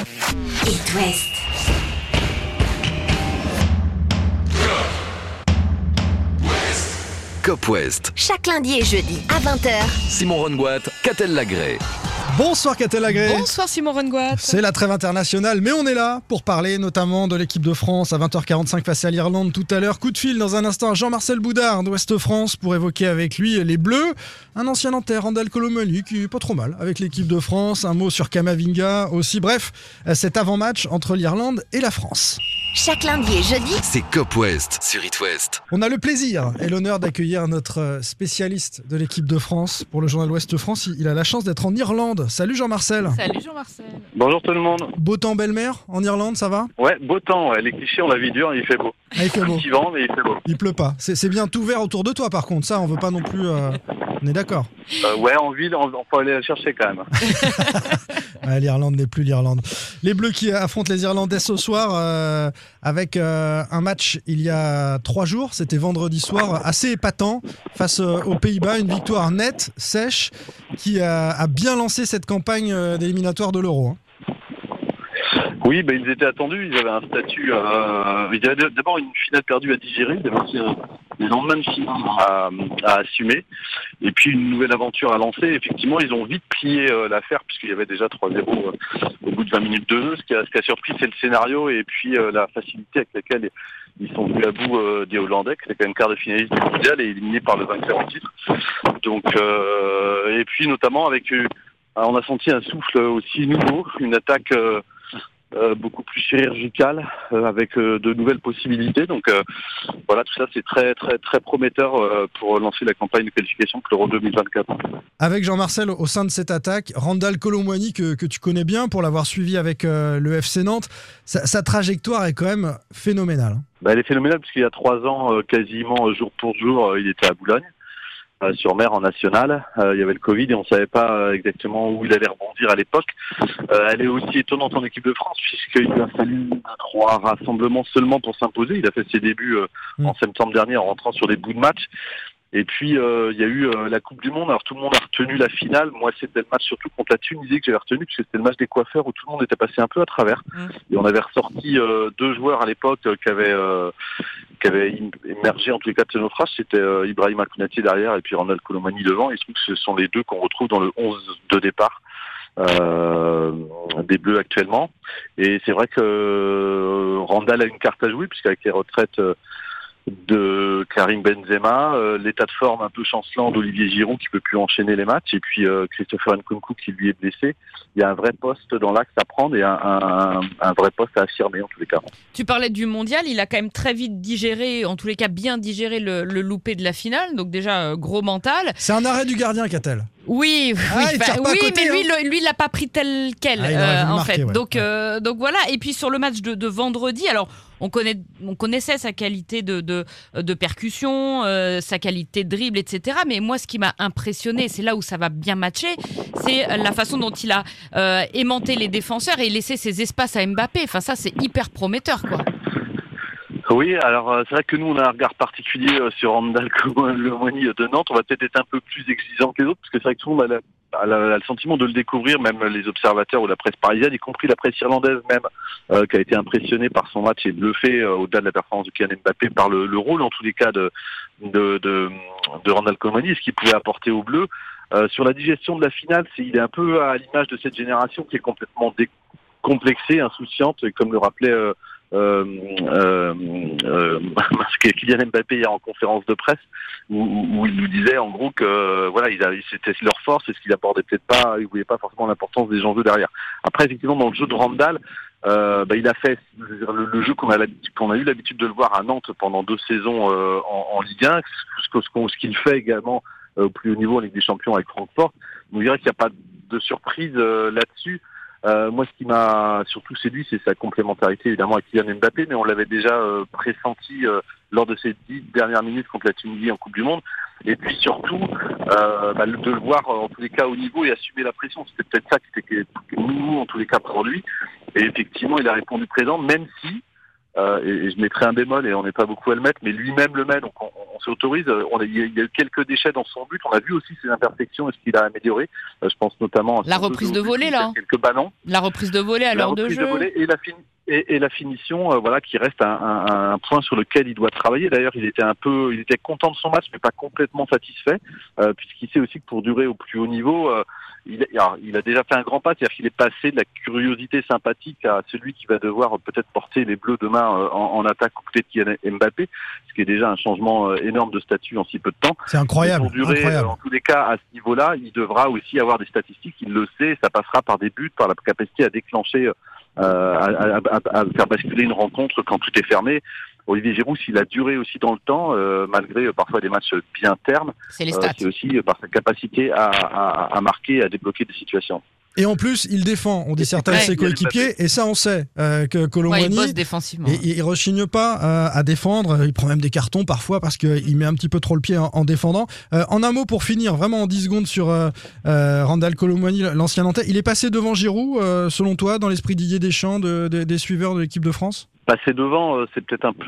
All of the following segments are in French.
It West. Cop West. Chaque lundi et jeudi à 20h. Simon Rongoat, Catel Lagré. Bonsoir Catel Lagré. Bonsoir Simon Rongoat. C'est la trêve internationale, mais on est là pour parler notamment de l'équipe de France à 20h45 face à l'Irlande tout à l'heure. Coup de fil dans un instant à Jean-Marcel Boudard d'Ouest France pour évoquer avec lui les Bleus. Un ancien Nantais, Randal Colomani, qui est pas trop mal avec l'équipe de France. Un mot sur Kamavinga aussi. Bref, cet avant-match entre l'Irlande et la France. Chaque lundi et jeudi, C'est Cop West sur It West. On a le plaisir et l'honneur d'accueillir notre spécialiste de l'équipe de France pour le journal Ouest France. Il a la chance d'être en Irlande. Salut Jean-Marcel. Salut Jean-Marcel. Bonjour tout le monde. Beau temps, belle-mer en Irlande, ça va? Ouais, beau temps, ouais. Les clichés, on la vie dure, il fait beau. Ah, il fait beau. Un petit vent, mais il fait beau. Il pleut pas. C'est bien tout vert autour de toi par contre. Ça, on veut pas non plus... On est d'accord. Ouais, en ville, on peut aller la chercher quand même. Ouais, l'Irlande n'est plus l'Irlande. Les Bleus qui affrontent les Irlandais ce soir avec un match il y a 3 jours. C'était vendredi soir, assez épatant face aux Pays-Bas. Une victoire nette, sèche, qui a bien lancé cette campagne d'éliminatoire de l'Euro. Hein. Oui, ils étaient attendus, ils avaient un statut... il y avait d'abord une finale perdue à digérer, il y avait aussi des lendemains de finale à assumer, et puis une nouvelle aventure à lancer. Effectivement, ils ont vite plié l'affaire, puisqu'il y avait déjà 3-0 au bout de 20 minutes de jeu. Ce qui a surpris, c'est le scénario et puis la facilité avec laquelle ils sont venus à bout des Hollandais, qui étaient quand même quart de finaliste du mondial et éliminés par le vainqueur en titre. Donc, et puis notamment avec... on a senti un souffle aussi nouveau, une attaque... beaucoup plus chirurgicale, avec de nouvelles possibilités. Donc voilà, tout ça c'est très très très prometteur pour lancer la campagne de qualification pour l'Euro 2024. Avec Jean-Marcel au sein de cette attaque, Randal Colomani que tu connais bien pour l'avoir suivi avec le FC Nantes, sa trajectoire est quand même phénoménale. Elle est phénoménale puisqu'il y a 3 ans, quasiment jour pour jour, il était à Boulogne. Sur mer en national, il y avait le Covid et on savait pas exactement où il allait rebondir à l'époque. Elle est aussi étonnante en équipe de France puisqu'il lui a fallu 3 rassemblements seulement pour s'imposer. Il a fait ses débuts en septembre dernier en rentrant sur des bouts de match. Et puis il y a eu la Coupe du Monde. Alors tout le monde a retenu la finale. Moi c'était le match surtout contre la Tunisie que j'avais retenu puisque c'était le match des coiffeurs où tout le monde était passé un peu à travers. Et on avait ressorti 2 joueurs à l'époque qui avaient émergé en tous les cas de ce naufrage. C'était Ibrahima Kounati derrière et puis Randal Colomani devant. Et je trouve que ce sont les 2 qu'on retrouve dans le 11 de départ des Bleus actuellement. Et c'est vrai que Randal a une carte à jouer puisqu'avec les retraites de Karim Benzema, l'état de forme un peu chancelant d'Olivier Giroud qui peut plus enchaîner les matchs, et puis Christopher Nkunku qui lui est blessé. Il y a un vrai poste dans l'axe à prendre et un vrai poste à affirmer en tous les cas. Tu parlais du mondial, il a quand même très vite digéré, en tous les cas bien digéré le loupé de la finale, donc déjà gros mental. C'est un arrêt du gardien, Catel. Oui, il tire pas à côté, mais lui, il l'a pas pris tel quel, en marqué, fait. ouais. Donc voilà. Et puis sur le match de vendredi, alors on connaissait sa qualité de percussion, sa qualité de dribble, etc. Mais moi, ce qui m'a impressionné, c'est là où ça va bien matcher, c'est la façon dont il a aimanté les défenseurs et laissé ses espaces à Mbappé. Enfin, ça, c'est hyper prometteur, quoi. Oui, alors c'est vrai que nous on a un regard particulier sur Randal Colomani de Nantes. On va peut-être être un peu plus exigeant que les autres parce que c'est vrai que tout le monde a le sentiment de le découvrir, même les observateurs ou la presse parisienne, y compris la presse irlandaise même, qui a été impressionnée par son match et bluffée au-delà de la performance de Kylian Mbappé par le rôle en tous les cas de Randal Colomani et ce qu'il pouvait apporter aux Bleus. Sur la digestion de la finale, il est un peu à l'image de cette génération qui est complètement décomplexée, insouciante, et comme le rappelait Kylian Mbappé hier en conférence de presse où il nous disait en gros que voilà c'était leur force et ce qu'il abordait peut-être pas, il voyait pas forcément l'importance des enjeux derrière. Après effectivement dans le jeu de Randal il a fait le jeu qu'on a eu l'habitude de le voir à Nantes pendant 2 saisons en Ligue 1, ce qu'il fait également au plus haut niveau en Ligue des Champions avec Francfort. On dirait qu'il n'y a pas de surprise là-dessus. Moi, ce qui m'a surtout séduit, c'est sa complémentarité évidemment avec Kylian Mbappé, mais on l'avait déjà pressenti lors de ces 10 dernières minutes contre la Tunisie en Coupe du Monde. Et puis surtout, de le voir en tous les cas au niveau et assumer la pression. C'était peut-être ça qui était nouveau en tous les cas pour lui. Et effectivement, il a répondu présent, même si, et je mettrai un bémol et on n'est pas beaucoup à le mettre, mais lui-même le met. Donc on se autorise. Il y a eu quelques déchets dans son but. On a vu aussi ses imperfections et ce qu'il a amélioré. Je pense notamment à La reprise de volée, là. Quelques ballons. La reprise de volée à l'heure de jeu. Et la finition, qui reste un point sur lequel il doit travailler. D'ailleurs, il était content de son match, mais pas complètement satisfait, puisqu'il sait aussi que pour durer au plus haut niveau, il a déjà fait un grand pas, c'est-à-dire qu'il est passé de la curiosité sympathique à celui qui va devoir peut-être porter les Bleus demain en attaque aux côtés de Kylian Mbappé, ce qui est déjà un changement énorme de statut en si peu de temps. C'est incroyable. Et pour durer, en tous les cas, à ce niveau-là, il devra aussi avoir des statistiques, il le sait, ça passera par des buts, par la capacité à déclencher à faire basculer une rencontre quand tout est fermé. Olivier Giroud, s'il a duré aussi dans le temps, malgré parfois des matchs bien ternes, c'est les stats. C'est aussi par sa capacité à marquer, à débloquer des situations. Et en plus, il défend, on dit certains de ses coéquipiers, et ça on sait que Kolo Muani, il bosse défensivement. Il rechigne pas à défendre, il prend même des cartons parfois parce qu'il met un petit peu trop le pied en défendant. En un mot pour finir, vraiment en 10 secondes sur Randal Kolo Muani, l'ancien Nantais, il est passé devant Giroud, selon toi, dans l'esprit Didier Deschamps, des suiveurs de l'équipe de France ? Passer devant, c'est peut-être un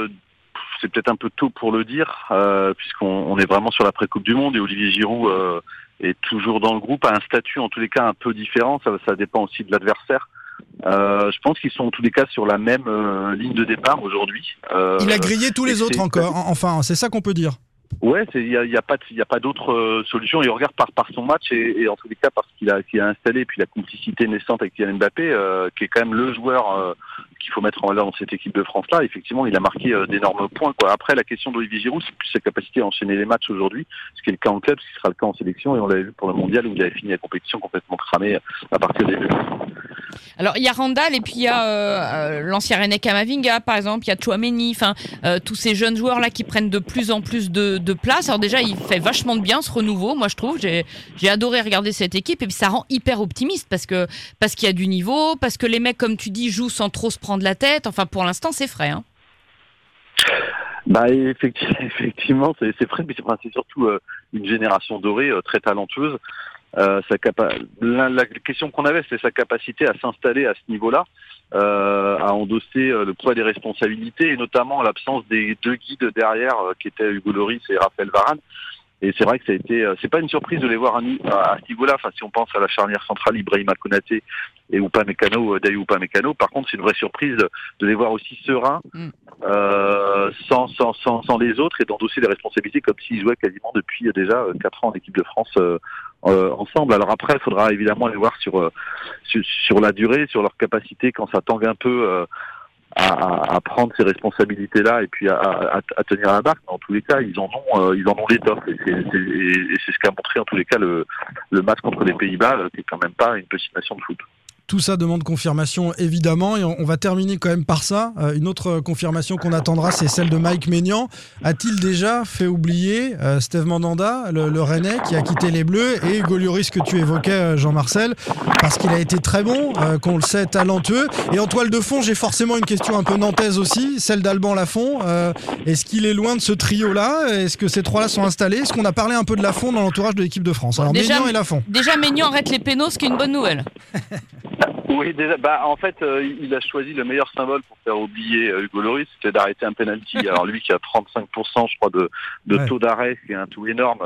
peu tôt pour le dire, puisqu'on est vraiment sur l'après-Coupe du Monde et Olivier Giroud est toujours dans le groupe, a un statut en tous les cas un peu différent, ça dépend aussi de l'adversaire. Je pense qu'ils sont en tous les cas sur la même ligne de départ aujourd'hui. Il a grillé tous les autres encore, enfin, c'est ça qu'on peut dire. Ouais, il y a pas d'autre solution. Et on regarde par son match et en tous les cas parce qu'il a installé, et puis la complicité naissante avec Kylian Mbappé, qui est quand même le joueur qu'il faut mettre en valeur dans cette équipe de France là. Effectivement, il a marqué d'énormes points, quoi. Après, la question d'Olivier Giroud, c'est plus sa capacité à enchaîner les matchs aujourd'hui, ce qui est le cas en club, ce qui sera le cas en sélection, et on l'avait vu pour le mondial où il avait fini la compétition complètement cramé à partir des 2. Alors il y a Randal et puis il y a l'ancien René Camavinga par exemple, il y a Tchouaméni, tous ces jeunes joueurs là qui prennent de plus en plus de place. Alors déjà il fait vachement de bien ce renouveau, moi je trouve, j'ai adoré regarder cette équipe et puis ça rend hyper optimiste parce qu'il y a du niveau, parce que les mecs comme tu dis jouent sans trop se prendre la tête, enfin pour l'instant c'est frais. Bah effectivement c'est frais, mais c'est surtout une génération dorée très talentueuse. La question qu'on avait, c'est sa capacité à s'installer à ce niveau-là, à endosser le poids des responsabilités, et notamment l'absence des 2 guides derrière, qui étaient Hugo Lloris et Raphaël Varane. Et c'est vrai que ça a été, c'est pas une surprise de les voir à ce niveau-là. Enfin, si on pense à la charnière centrale Ibrahima Konaté et Dayot Upamecano, par contre, c'est une vraie surprise de les voir aussi sereins, sans les autres, et d'endosser les responsabilités comme s'ils jouaient quasiment depuis déjà 4 ans en équipe de France ensemble. Alors après, il faudra évidemment les voir sur la durée, sur leur capacité quand ça tangue un peu à prendre ces responsabilités-là et puis à tenir la barque. Mais en tous les cas, ils en ont l'étoffe, et c'est ce qu'a montré en tous les cas le match contre les Pays-Bas, qui est quand même pas une petite nation de foot. Tout ça demande confirmation, évidemment, et on va terminer quand même par ça. Une autre confirmation qu'on attendra, c'est celle de Mike Maignan. A-t-il déjà fait oublier Steve Mandanda, le Rennais, qui a quitté les Bleus, et Hugo Lloris, que tu évoquais, Jean-Marcel, parce qu'il a été très bon, qu'on le sait, talentueux. Et en toile de fond, j'ai forcément une question un peu nantaise aussi, celle d'Alban Lafont. Est-ce qu'il est loin de ce trio-là ? Est-ce que ces trois-là sont installés ? Est-ce qu'on a parlé un peu de Lafont dans l'entourage de l'équipe de France ? Alors Maignan et Lafont. Déjà, Maignan arrête les pénaux, ce qui est une bonne nouvelle. Oui, déjà, en fait, il a choisi le meilleur symbole pour faire oublier Hugo Lloris, c'était d'arrêter un penalty. Alors lui qui a 35%, je crois, de taux d'arrêt, c'est un tout énorme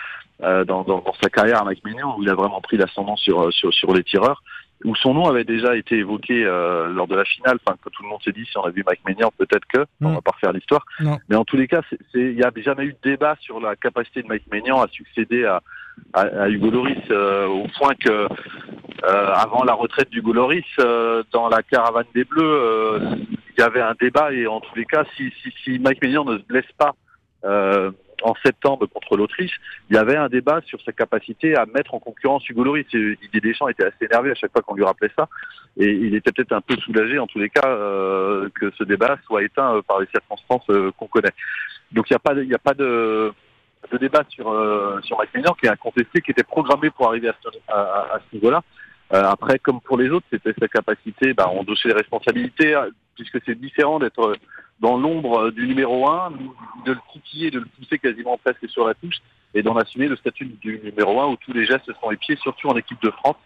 dans sa carrière à Mike Maignan, où il a vraiment pris l'ascendant sur les tireurs, où son nom avait déjà été évoqué lors de la finale. Enfin, que tout le monde s'est dit, si on a vu Mike Maignan, peut-être que, on va pas refaire l'histoire. Non. Mais en tous les cas, il n'y a jamais eu de débat sur la capacité de Mike Maignan à succéder à Hugo Lloris, au point que avant la retraite d'Hugo Lloris, dans la caravane des Bleus, il y avait un débat, et en tous les cas, si Mike Maignan ne se blesse pas en septembre contre l'Autriche, il y avait un débat sur sa capacité à mettre en concurrence Hugo Lloris. Didier Deschamps était assez énervé à chaque fois qu'on lui rappelait ça, et il était peut-être un peu soulagé en tous les cas que ce débat soit éteint par les circonstances qu'on connaît. Donc il n'y a pas de débat sur Mike Maignan, qui est incontesté, qui était programmé pour arriver à ce niveau-là. Après, comme pour les autres, c'était sa capacité à endosser les responsabilités, puisque c'est différent d'être dans l'ombre du numéro 1, de le titiller, de le pousser quasiment presque sur la touche, et d'en assumer le statut du numéro 1 où tous les gestes sont épiés, surtout en équipe de France,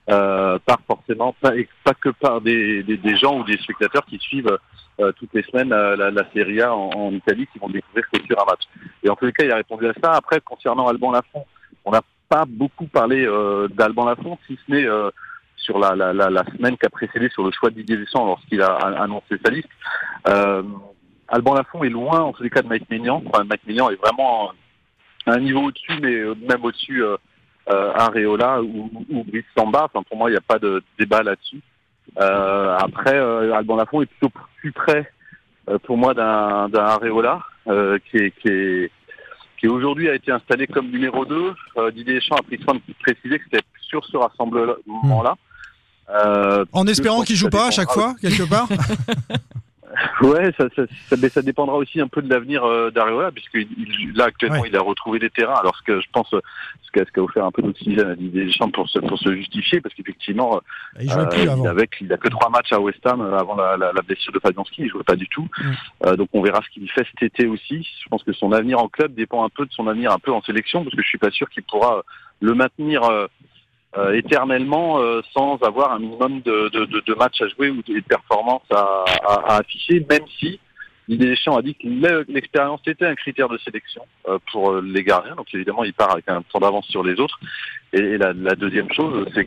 par forcément, pas que par des gens ou des spectateurs qui suivent toutes les semaines la Serie A en Italie, qui vont découvrir que sur un match. Et en tous les cas, il a répondu à ça. Après, concernant Alban Lafont, on n'a pas beaucoup parlé d'Alban Lafont, si ce n'est sur la semaine qui a précédé sur le choix de Didier Deschamps lorsqu'il a annoncé sa liste. Alban Lafont est loin, en tous les cas, de Mike Maignan. Enfin, Mike Maignan est vraiment un niveau au-dessus, mais même au-dessus Areola ou Brice Samba. Enfin, pour moi, il n'y a pas de débat là-dessus. Après, Alban Lafont est plutôt plus près, pour moi, d'un Areola, qui aujourd'hui a été installé comme numéro 2. Didier Deschamps a pris soin de préciser que c'était sur ce rassemblement-là. En espérant qu'il joue pas à chaque fois, quelque part. Ouais, ça dépendra aussi un peu de l'avenir d'Areola, puisque là actuellement il a retrouvé des terrains, alors ce que je pense ce qu'a offert un peu d'oxygène à Didier Deschamps pour se justifier, parce qu'effectivement il a que 3 matchs à West Ham avant la blessure de Fabianski, il jouait pas du tout. Donc on verra ce qu'il fait cet été aussi. Je pense que son avenir en club dépend un peu de son avenir un peu en sélection, parce que je suis pas sûr qu'il pourra le maintenir éternellement sans avoir un minimum de matchs à jouer ou de performances à afficher, même si Didier Deschamps a dit que l'expérience était un critère de sélection pour les gardiens. Donc évidemment, il part avec un temps d'avance sur les autres. Et la deuxième chose, c'est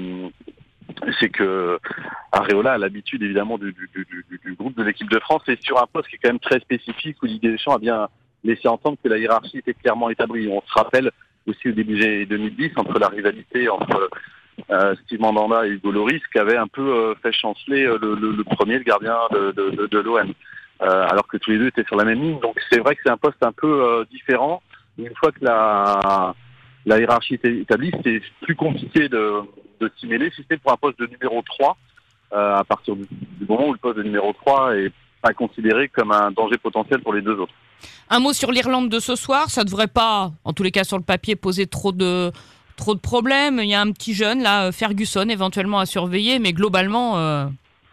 que Areola a l'habitude évidemment du groupe de l'équipe de France, et sur un poste qui est quand même très spécifique où Didier Deschamps a bien laissé entendre que la hiérarchie était clairement établie. On se rappelle aussi au début des 2010, entre la rivalité entre Steve Mandanda et Hugo Lloris, qui avait un peu fait chanceler le premier, le gardien de l'OM, alors que tous les deux étaient sur la même ligne. Donc c'est vrai que c'est un poste un peu différent. Une fois que la hiérarchie est établie, c'est plus compliqué de s'y mêler, si c'est pour un poste de numéro 3, à partir du moment où le poste de numéro 3 est pas considéré comme un danger potentiel pour les deux autres. Un mot sur l'Irlande de ce soir, ça devrait pas, en tous les cas sur le papier, poser trop de problèmes. Il y a un petit jeune là, Ferguson, éventuellement à surveiller, mais globalement,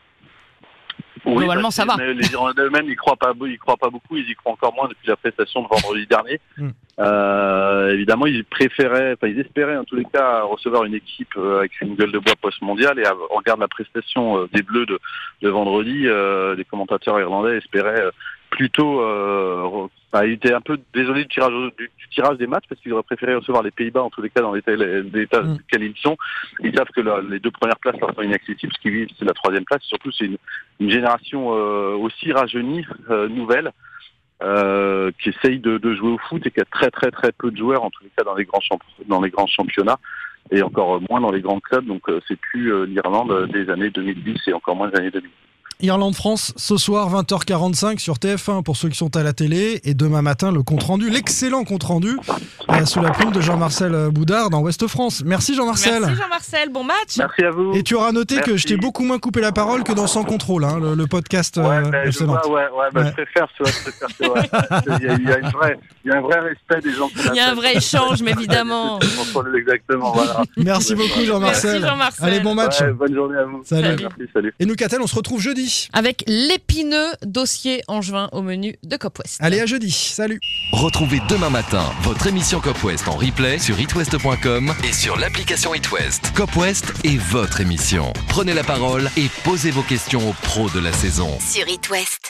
ça va. Les Irlandais eux-mêmes, ils croient pas beaucoup, ils y croient encore moins depuis la prestation de vendredi dernier. Évidemment, ils espéraient en tous les cas recevoir une équipe avec une gueule de bois post-mondiale, et on regarde la prestation des Bleus de vendredi, les commentateurs irlandais espéraient plutôt ils étaient un peu désolés du tirage des matchs, parce qu'ils auraient préféré recevoir les Pays-Bas, en tous les cas dans l'état duquel ils sont. Ils savent que les 2 premières places leur sont inaccessibles, ce qui vivent, c'est la 3e place. Surtout, c'est une génération aussi rajeunie, nouvelle, qui essaye de jouer au foot, et qui a très très très peu de joueurs, en tous les cas dans les grands championnats, et encore moins dans les grands clubs. Donc c'est plus l'Irlande des années 2010 et encore moins des années 2000. Irlande-France, ce soir, 20h45 sur TF1 pour ceux qui sont à la télé. Et demain matin, le compte-rendu, l'excellent compte-rendu, sous la plume de Jean-Marcel Boudard dans Ouest France. Merci Jean-Marcel. Merci Jean-Marcel, bon match. Merci à vous. Et tu auras noté que je t'ai beaucoup moins coupé la parole que dans Sans Contrôle, hein, le podcast FC Nantes. Je préfère, il y a un vrai respect des gens. Il y a un vrai échange, mais évidemment. Exactement, voilà. Merci beaucoup Jean-Marcel. Merci Jean-Marcel. Allez, bon match. Bonne journée à vous. Salut. Merci, salut. Et nous, Catel, on se retrouve jeudi. Avec l'épineux dossier angevin au menu de Cop West. Allez, à jeudi. Salut. Retrouvez demain matin votre émission Cop West en replay sur itwest.com et sur l'application It West. Cop West est votre émission. Prenez la parole et posez vos questions aux pros de la saison. Sur It West.